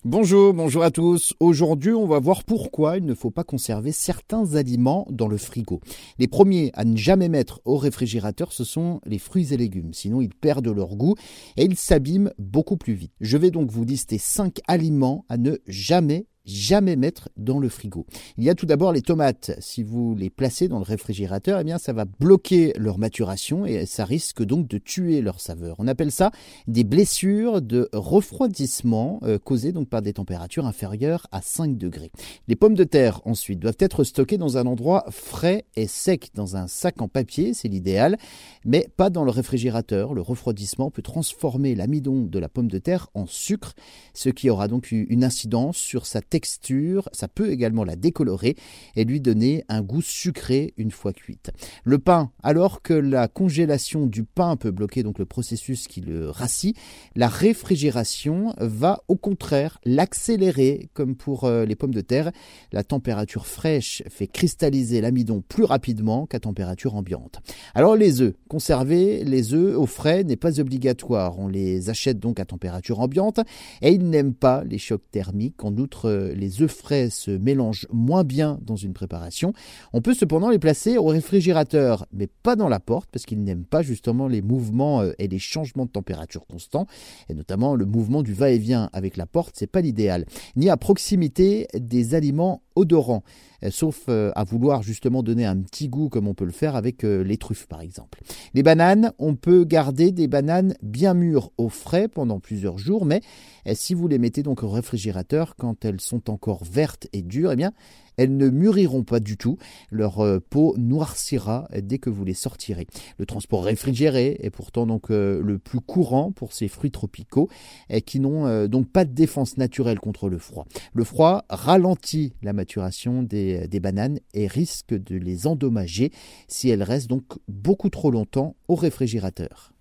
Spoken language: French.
Bonjour à tous. Aujourd'hui, on va voir pourquoi il ne faut pas conserver certains aliments dans le frigo. Les premiers à ne jamais mettre au réfrigérateur, ce sont les fruits et légumes. Sinon, ils perdent leur goût et ils s'abîment beaucoup plus vite. Je vais donc vous lister 5 aliments à ne jamais mettre dans le frigo. Il y a tout d'abord les tomates. Si vous les placez dans le réfrigérateur, eh bien ça va bloquer leur maturation et ça risque donc de tuer leur saveur. On appelle ça des blessures de refroidissement causées donc par des températures inférieures à 5 degrés. Les pommes de terre ensuite doivent être stockées dans un endroit frais et sec, dans un sac en papier, c'est l'idéal, mais pas dans le réfrigérateur. Le refroidissement peut transformer l'amidon de la pomme de terre en sucre, ce qui aura donc une incidence sur sa texture. Ça peut également la décolorer et lui donner un goût sucré une fois cuite. Le pain, alors que la congélation du pain peut bloquer donc le processus qui le rassit, la réfrigération va au contraire l'accélérer. Comme pour les pommes de terre, la température fraîche fait cristalliser l'amidon plus rapidement qu'à température ambiante. Alors les œufs, conserver les œufs au frais n'est pas obligatoire. On les achète donc à température ambiante et ils n'aiment pas les chocs thermiques. En outre, les œufs frais se mélangent moins bien dans une préparation. On peut cependant les placer au réfrigérateur, mais pas dans la porte, parce qu'ils n'aiment pas justement les mouvements et les changements de température constants, et notamment le mouvement du va-et-vient avec la porte, c'est pas l'idéal. Ni à proximité des aliments odorants, sauf à vouloir justement donner un petit goût comme on peut le faire avec les truffes par exemple. Les bananes, on peut garder des bananes bien mûres au frais pendant plusieurs jours, mais si vous les mettez donc au réfrigérateur quand elles sont encore vertes et dures, eh bien elles ne mûriront pas du tout. Leur peau noircira dès que vous les sortirez. Le transport réfrigéré est pourtant donc le plus courant pour ces fruits tropicaux qui n'ont donc pas de défense naturelle contre le froid. Le froid ralentit la maturation des bananes et risque de les endommager si elles restent donc beaucoup trop longtemps au réfrigérateur.